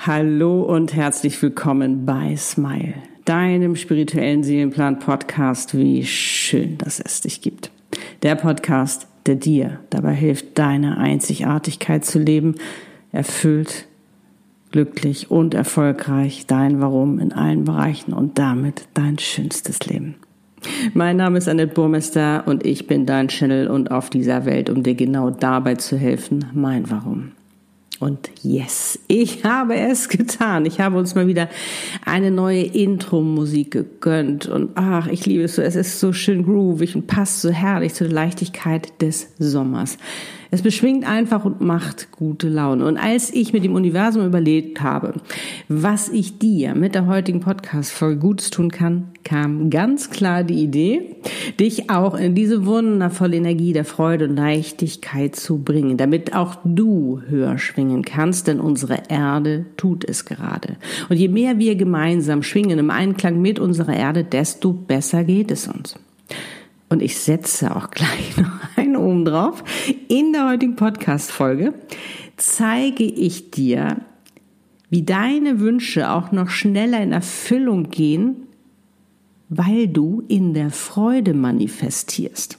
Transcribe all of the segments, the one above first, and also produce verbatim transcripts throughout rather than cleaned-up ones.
Hallo und herzlich willkommen bei Smile, deinem spirituellen Seelenplan-Podcast. Wie schön, dass es dich gibt. Der Podcast, der dir dabei hilft, deine Einzigartigkeit zu leben, erfüllt, glücklich und erfolgreich dein Warum in allen Bereichen und damit dein schönstes Leben. Mein Name ist Annette Burmester und ich bin dein Channel und auf dieser Welt, um dir genau dabei zu helfen, mein Warum. Und yes, ich habe es getan. Ich habe uns mal wieder eine neue Intro-Musik gegönnt. Und ach, ich liebe es so. Es ist so schön groovig und passt so herrlich zu der Leichtigkeit des Sommers. Es beschwingt einfach und macht gute Laune. Und als ich mit dem Universum überlegt habe, was ich dir mit der heutigen Podcast-Folge Gutes tun kann, kam ganz klar die Idee, dich auch in diese wundervolle Energie der Freude und Leichtigkeit zu bringen, damit auch du höher schwingen kannst, denn unsere Erde tut es gerade. Und je mehr wir gemeinsam schwingen im Einklang mit unserer Erde, desto besser geht es uns. Und ich setze auch gleich noch einen oben drauf. In der heutigen Podcast-Folge zeige ich dir, wie deine Wünsche auch noch schneller in Erfüllung gehen, weil du in der Freude manifestierst.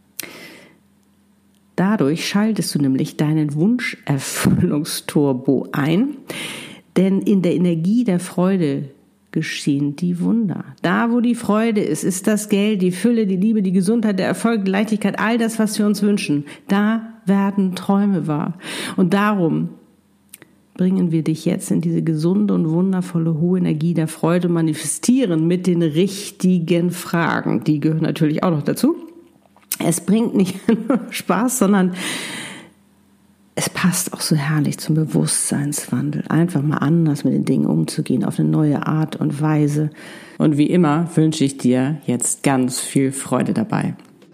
Dadurch schaltest du nämlich deinen Wunscherfüllungsturbo ein, denn in der Energie der Freude geschehen die Wunder. Da, wo die Freude ist, ist das Geld, die Fülle, die Liebe, die Gesundheit, der Erfolg, die Leichtigkeit, all das, was wir uns wünschen. Da werden Träume wahr. Und darum bringen wir dich jetzt in diese gesunde und wundervolle hohe Energie der Freude manifestieren mit den richtigen Fragen. Die gehören natürlich auch noch dazu. Es bringt nicht nur Spaß, sondern es passt auch so herrlich zum Bewusstseinswandel, einfach mal anders mit den Dingen umzugehen, auf eine neue Art und Weise. Und wie immer wünsche ich dir jetzt ganz viel Freude dabei.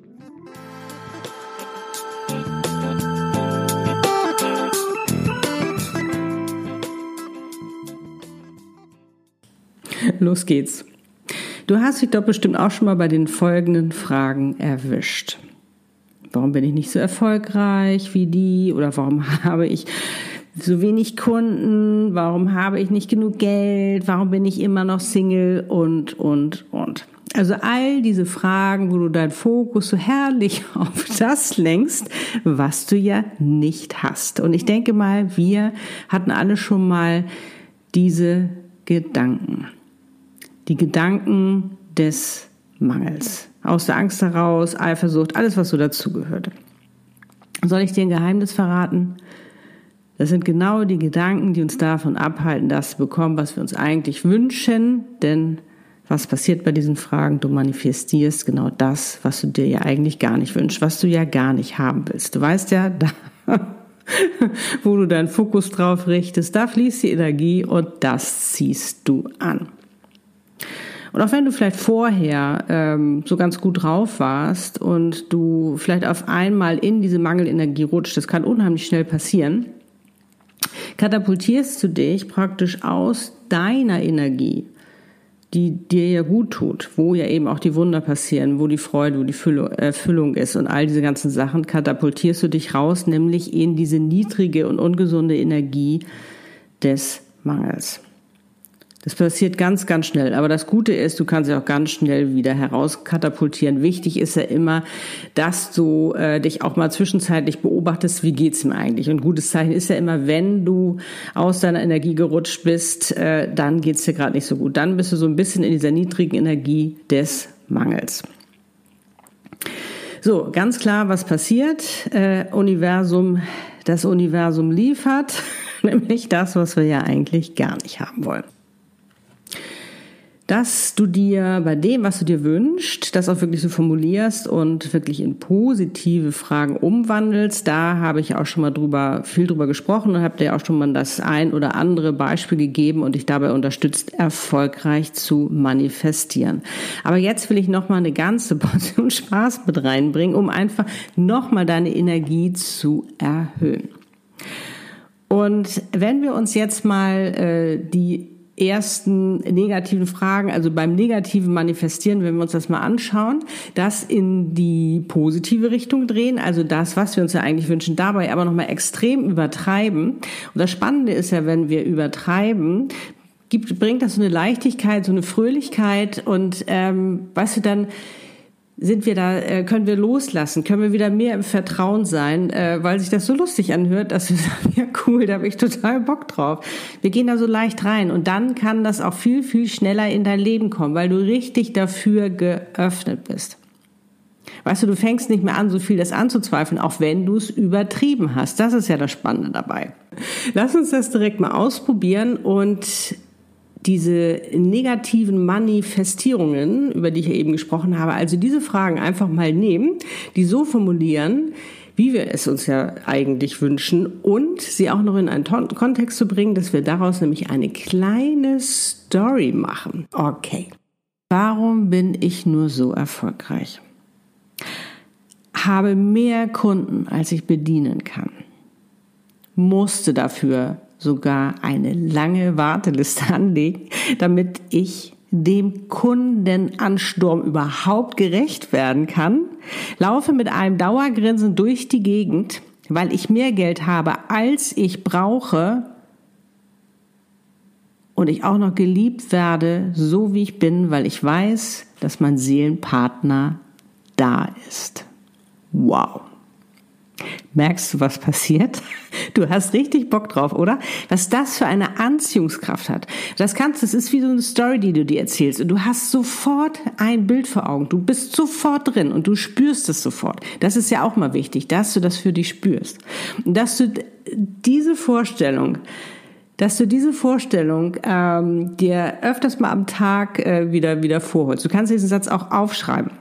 Los geht's. Du hast dich doch bestimmt auch schon mal bei den folgenden Fragen erwischt. Warum bin ich nicht so erfolgreich wie die? Oder warum habe ich so wenig Kunden? Warum habe ich nicht genug Geld? Warum bin ich immer noch Single? Und, und, und. Also all diese Fragen, wo du deinen Fokus so herrlich auf das lenkst, was du ja nicht hast. Und ich denke mal, wir hatten alle schon mal diese Gedanken. Die Gedanken des Mangels. Aus der Angst heraus, Eifersucht, alles, was so dazugehört. Soll ich dir ein Geheimnis verraten? Das sind genau die Gedanken, die uns davon abhalten, das zu bekommen, was wir uns eigentlich wünschen. Denn was passiert bei diesen Fragen? Du manifestierst genau das, was du dir ja eigentlich gar nicht wünschst, was du ja gar nicht haben willst. Du weißt ja, da, wo du deinen Fokus drauf richtest, da fließt die Energie und das ziehst du an. Und auch wenn du vielleicht vorher ähm, so ganz gut drauf warst und du vielleicht auf einmal in diese Mangelenergie rutscht, das kann unheimlich schnell passieren, katapultierst du dich praktisch aus deiner Energie, die dir ja gut tut, wo ja eben auch die Wunder passieren, wo die Freude, wo die Erfüllung ist und all diese ganzen Sachen, katapultierst du dich raus, nämlich in diese niedrige und ungesunde Energie des Mangels. Das passiert ganz, ganz schnell. Aber das Gute ist, du kannst ja auch ganz schnell wieder herauskatapultieren. Wichtig ist ja immer, dass du äh, dich auch mal zwischenzeitlich beobachtest, wie geht's mir eigentlich. Und ein gutes Zeichen ist ja immer, wenn du aus deiner Energie gerutscht bist, äh, dann geht's dir gerade nicht so gut. Dann bist du so ein bisschen in dieser niedrigen Energie des Mangels. So, ganz klar, was passiert? Äh, Universum, das Universum liefert, nämlich das, was wir ja eigentlich gar nicht haben wollen. Dass du dir bei dem, was du dir wünschst, das auch wirklich so formulierst und wirklich in positive Fragen umwandelst. Da habe ich auch schon mal drüber, viel drüber gesprochen und habe dir auch schon mal das ein oder andere Beispiel gegeben und dich dabei unterstützt, erfolgreich zu manifestieren. Aber jetzt will ich nochmal eine ganze Portion Spaß mit reinbringen, um einfach nochmal deine Energie zu erhöhen. Und wenn wir uns jetzt mal äh, die ersten negativen Fragen, also beim negativen Manifestieren, wenn wir uns das mal anschauen, das in die positive Richtung drehen, also das, was wir uns ja eigentlich wünschen, dabei aber nochmal extrem übertreiben. Und das Spannende ist ja, wenn wir übertreiben, gibt, bringt das so eine Leichtigkeit, so eine Fröhlichkeit und ähm, weißt du, dann sind wir da, äh, können wir loslassen, können wir wieder mehr im Vertrauen sein, äh, weil sich das so lustig anhört, dass wir sagen, ja cool, da habe ich total Bock drauf. Wir gehen da so leicht rein und dann kann das auch viel, viel schneller in dein Leben kommen, weil du richtig dafür geöffnet bist. Weißt du, du fängst nicht mehr an, so viel das anzuzweifeln, auch wenn du es übertrieben hast. Das ist ja das Spannende dabei. Lass uns das direkt mal ausprobieren und diese negativen Manifestierungen, über die ich ja eben gesprochen habe, also diese Fragen einfach mal nehmen, die so formulieren, wie wir es uns ja eigentlich wünschen und sie auch noch in einen Kontext zu bringen, dass wir daraus nämlich eine kleine Story machen. Okay. Warum bin ich nur so erfolgreich? Habe mehr Kunden, als ich bedienen kann. Musste dafür sogar eine lange Warteliste anlegen, damit ich dem Kundenansturm überhaupt gerecht werden kann. Laufe mit einem Dauergrinsen durch die Gegend, weil ich mehr Geld habe, als ich brauche und ich auch noch geliebt werde, so wie ich bin, weil ich weiß, dass mein Seelenpartner da ist. Wow. Merkst du, was passiert? Du hast richtig Bock drauf, oder? Was das für eine Anziehungskraft hat. Das kannst, das ist wie so eine Story, die du dir erzählst. Und du hast sofort ein Bild vor Augen. Du bist sofort drin und du spürst es sofort. Das ist ja auch mal wichtig, dass du das für dich spürst. Und dass du diese Vorstellung, dass du diese Vorstellung ähm, dir öfters mal am Tag äh, wieder wieder vorholst. Du kannst diesen Satz auch aufschreiben.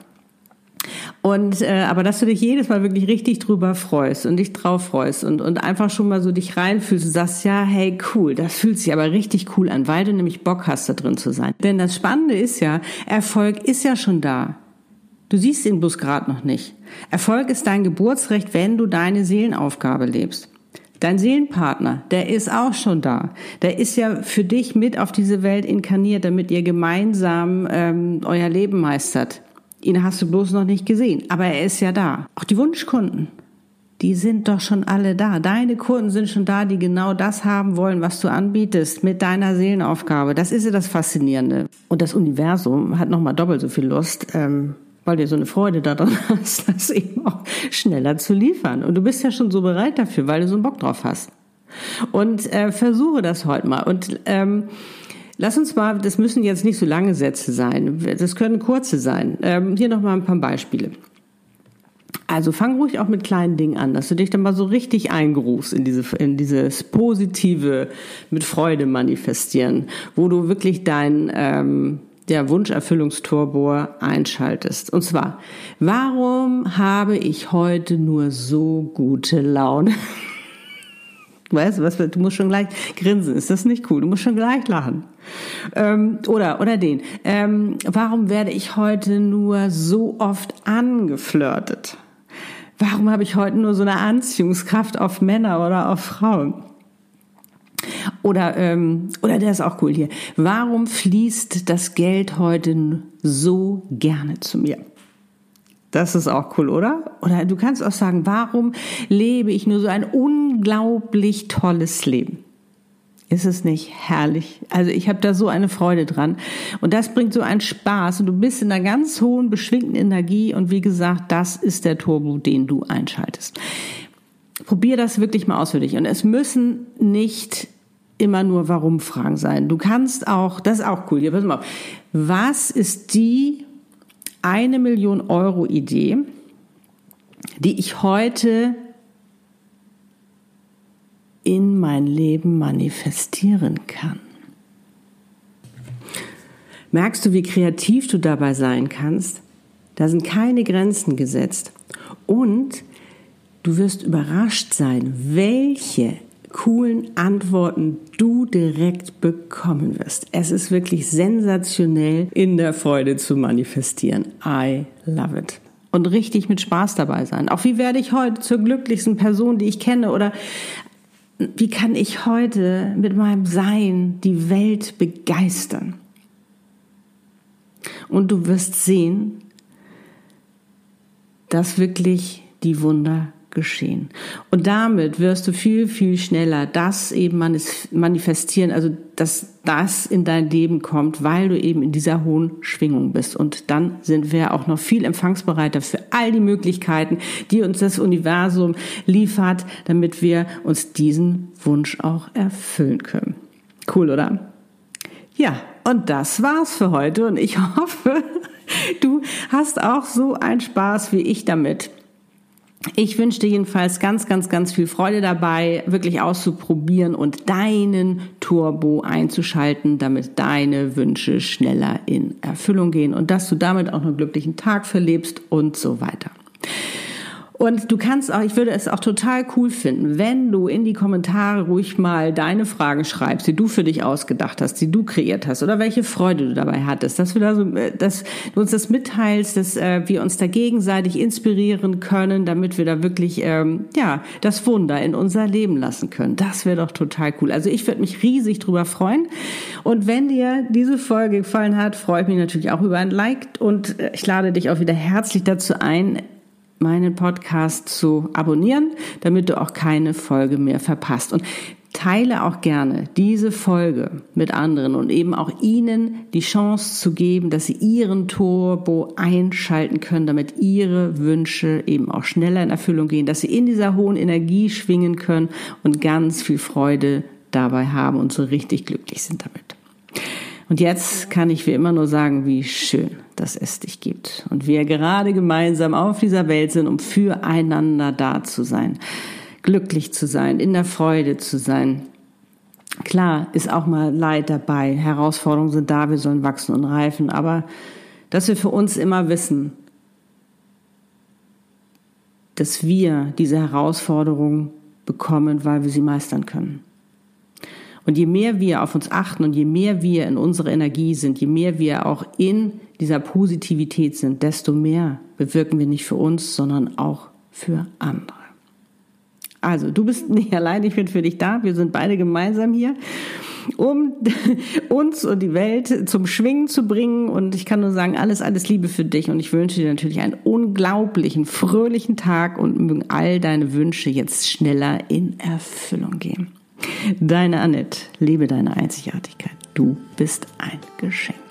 Und äh, aber dass du dich jedes Mal wirklich richtig drüber freust und dich drauf freust und und einfach schon mal so dich reinfühlst und sagst, ja, hey, cool, das fühlt sich aber richtig cool an, weil du nämlich Bock hast, da drin zu sein. Denn das Spannende ist ja, Erfolg ist ja schon da. Du siehst ihn bloß gerade noch nicht. Erfolg ist dein Geburtsrecht, wenn du deine Seelenaufgabe lebst. Dein Seelenpartner, der ist auch schon da. Der ist ja für dich mit auf diese Welt inkarniert, damit ihr gemeinsam ähm, euer Leben meistert. Ihn hast du bloß noch nicht gesehen, aber er ist ja da. Auch die Wunschkunden, die sind doch schon alle da. Deine Kunden sind schon da, die genau das haben wollen, was du anbietest mit deiner Seelenaufgabe. Das ist ja das Faszinierende. Und das Universum hat nochmal doppelt so viel Lust, ähm, weil du so eine Freude daran hast, das eben auch schneller zu liefern. Und du bist ja schon so bereit dafür, weil du so einen Bock drauf hast. Und äh, versuche das heute mal. Und ähm, lass uns mal, das müssen jetzt nicht so lange Sätze sein, das können kurze sein. Ähm, hier nochmal ein paar Beispiele. Also fang ruhig auch mit kleinen Dingen an, dass du dich dann mal so richtig eingerufst in diese, in dieses positive, mit Freude manifestieren, wo du wirklich dein ähm, der Wunscherfüllungsturbo einschaltest. Und zwar, warum habe ich heute nur so gute Laune? Weißt du, was, du musst schon gleich grinsen. Ist das nicht cool? Du musst schon gleich lachen. Ähm, oder, oder den. Ähm, warum werde ich heute nur so oft angeflirtet? Warum habe ich heute nur so eine Anziehungskraft auf Männer oder auf Frauen? Oder, ähm, oder der ist auch cool hier. Warum fließt das Geld heute so gerne zu mir? Das ist auch cool, oder? Oder du kannst auch sagen, warum lebe ich nur so ein unglaublich tolles Leben? Ist es nicht herrlich? Also ich habe da so eine Freude dran. Und das bringt so einen Spaß. Und du bist in einer ganz hohen, beschwingten Energie. Und wie gesagt, das ist der Turbo, den du einschaltest. Probier das wirklich mal aus für dich. Und es müssen nicht immer nur Warum-Fragen sein. Du kannst auch, das ist auch cool, hier, pass mal auf. Was ist die eine Million Euro Idee, die ich heute in mein Leben manifestieren kann? Merkst du, wie kreativ du dabei sein kannst? Da sind keine Grenzen gesetzt. Und du wirst überrascht sein, welche coolen Antworten du direkt bekommen wirst. Es ist wirklich sensationell, in der Freude zu manifestieren. I love it. Und richtig mit Spaß dabei sein. Auch wie werde ich heute zur glücklichsten Person, die ich kenne? Oder wie kann ich heute mit meinem Sein die Welt begeistern? Und du wirst sehen, dass wirklich die Wunder geschehen. Und damit wirst du viel, viel schneller das eben manifestieren, also dass das in dein Leben kommt, weil du eben in dieser hohen Schwingung bist. Und dann sind wir auch noch viel empfangsbereiter für all die Möglichkeiten, die uns das Universum liefert, damit wir uns diesen Wunsch auch erfüllen können. Cool, oder? Ja, und das war's für heute. Und ich hoffe, du hast auch so einen Spaß wie ich damit. Ich wünsche dir jedenfalls ganz, ganz, ganz viel Freude dabei, wirklich auszuprobieren und deinen Turbo einzuschalten, damit deine Wünsche schneller in Erfüllung gehen und dass du damit auch einen glücklichen Tag verlebst und so weiter. Und du kannst auch, ich würde es auch total cool finden, wenn du in die Kommentare ruhig mal deine Fragen schreibst, die du für dich ausgedacht hast, die du kreiert hast oder welche Freude du dabei hattest, dass wir da so, dass du uns das mitteilst, dass äh, wir uns da gegenseitig inspirieren können, damit wir da wirklich ähm, ja das Wunder in unser Leben lassen können. Das wäre doch total cool. Also ich würde mich riesig drüber freuen. Und wenn dir diese Folge gefallen hat, freue ich mich natürlich auch über ein Like und ich lade dich auch wieder herzlich dazu ein, meinen Podcast zu abonnieren, damit du auch keine Folge mehr verpasst. Und teile auch gerne diese Folge mit anderen und eben auch ihnen die Chance zu geben, dass sie ihren Turbo einschalten können, damit ihre Wünsche eben auch schneller in Erfüllung gehen, dass sie in dieser hohen Energie schwingen können und ganz viel Freude dabei haben und so richtig glücklich sind damit. Und jetzt kann ich wie immer nur sagen, wie schön, dass es dich gibt und wir gerade gemeinsam auf dieser Welt sind, um füreinander da zu sein, glücklich zu sein, in der Freude zu sein. Klar ist auch mal Leid dabei, Herausforderungen sind da, wir sollen wachsen und reifen, aber dass wir für uns immer wissen, dass wir diese Herausforderungen bekommen, weil wir sie meistern können. Und je mehr wir auf uns achten und je mehr wir in unserer Energie sind, je mehr wir auch in dieser Positivität sind, desto mehr bewirken wir nicht für uns, sondern auch für andere. Also du bist nicht allein, ich bin für dich da. Wir sind beide gemeinsam hier, um uns und die Welt zum Schwingen zu bringen. Und ich kann nur sagen, alles, alles Liebe für dich. Und ich wünsche dir natürlich einen unglaublichen, fröhlichen Tag und mögen all deine Wünsche jetzt schneller in Erfüllung gehen. Deine Annette, lebe deine Einzigartigkeit. Du bist ein Geschenk.